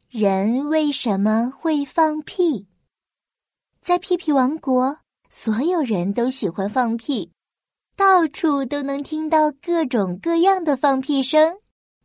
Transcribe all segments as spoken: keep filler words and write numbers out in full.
人为什么会放屁？在屁屁王国，所有人都喜欢放屁，到处都能听到各种各样的放屁声。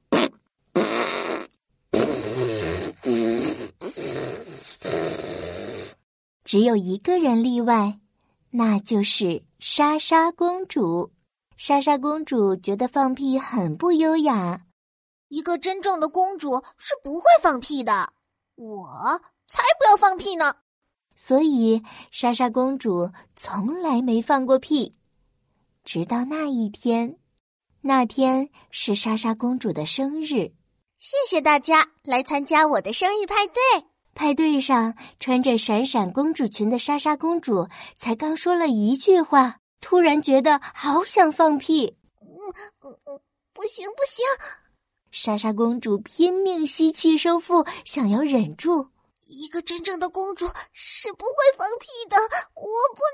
只有一个人例外，那就是莎莎公主。莎莎公主觉得放屁很不优雅。 一个真正的公主是不会放屁的，我才不要放屁呢。 所以莎莎公主从来没放过屁。直到那一天，那天是莎莎公主的生日。 谢谢大家来参加我的生日派对。 派对上，穿着闪闪公主裙的莎莎公主才刚说了一句话，突然觉得好想放屁。 嗯嗯嗯，不行不行！ 莎莎公主拼命吸气收腹，想要忍住。 一个真正的公主是不会放屁的，我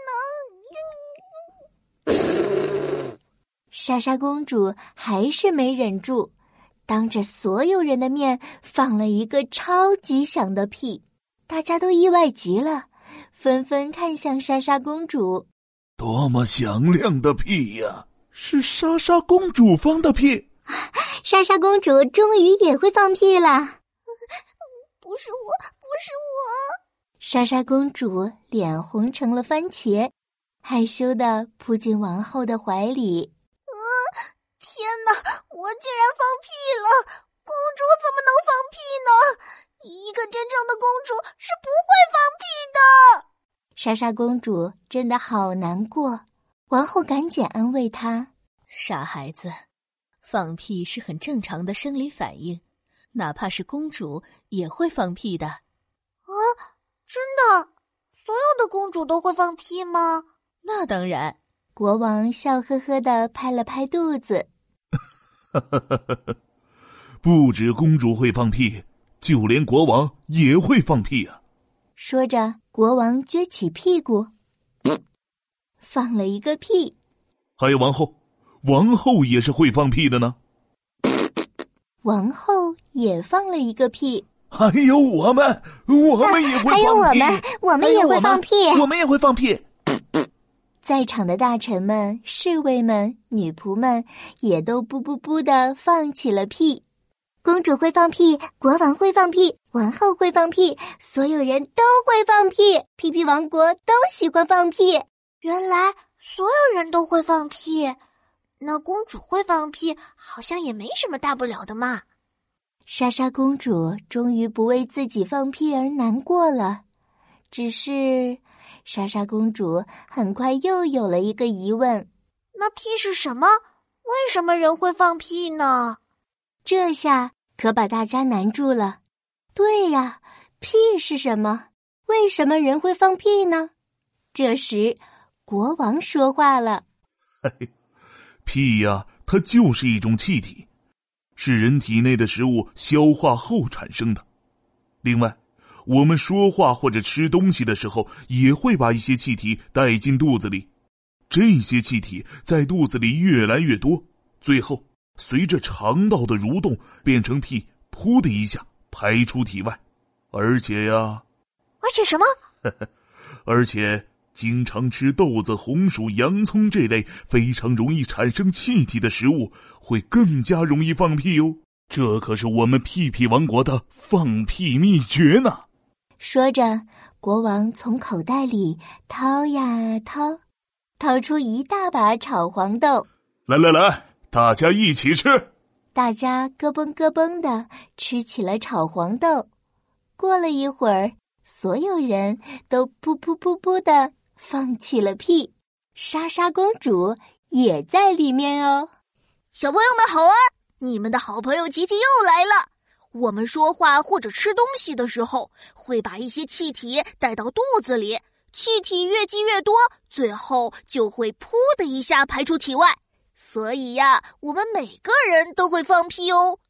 不能。 莎莎公主还是没忍住，当着所有人的面放了一个超级响的屁，大家都意外极了，纷纷看向莎莎公主。 多么响亮的屁呀！是莎莎公主放的屁。 莎莎公主终于也会放屁了。 不是我，不是我！ 莎莎公主脸红成了番茄，害羞地扑进王后的怀里。 啊！天哪，我竟然放屁了！公主怎么能放屁呢？一个真正的公主是不会放屁的。 莎莎公主真的好难过，王后赶紧安慰她： 傻孩子，放屁是很正常的生理反应，哪怕是公主也会放屁的。 啊，真的？所有的公主都会放屁吗？ 那当然。 国王笑呵呵地拍了拍肚子。 不止公主会放屁，就连国王也会放屁啊！ 说着，国王撅起屁股，放了一个屁。 还有王后，王后也是会放屁的呢。 王后也放了一个屁。 还有我们，我们也会放屁。 还有我们，我们也会放屁。 我们也会放屁。 在场的大臣们、侍卫们、女仆们也都噗噗噗地放起了屁。公主会放屁，国王会放屁，王后会放屁，所有人都会放屁。屁屁王国都喜欢放屁。 原来所有人都会放屁，那公主会放屁好像也没什么大不了的嘛。 莎莎公主终于不为自己放屁而难过了，只是莎莎公主很快又有了一个疑问： 那屁是什么？为什么人会放屁呢？ 这下可把大家难住了。对呀，屁是什么？为什么人会放屁呢？这时国王说话了： 嘿，屁呀，它就是一种气体，是人体内的食物消化后产生的。另外，我们说话或者吃东西的时候，也会把一些气体带进肚子里。这些气体在肚子里越来越多，最后随着肠道的蠕动，变成屁，噗的一下排出体外。而且呀， 而且什么？ 而且经常吃豆子、红薯、洋葱这类非常容易产生气体的食物，会更加容易放屁哦。这可是我们屁屁王国的放屁秘诀呢。 说着，国王从口袋里掏呀掏，掏出一大把炒黄豆。 来来来，大家一起吃。 大家咯嘣咯嘣地吃起了炒黄豆。过了一会儿，所有人都噗噗噗噗地放起了屁，莎莎公主也在里面哦。 小朋友们好啊，你们的好朋友琪琪又来了。我们说话或者吃东西的时候，会把一些气体带到肚子里，气体越积越多，最后就会噗的一下排出体外。所以呀，我们每个人都会放屁哦。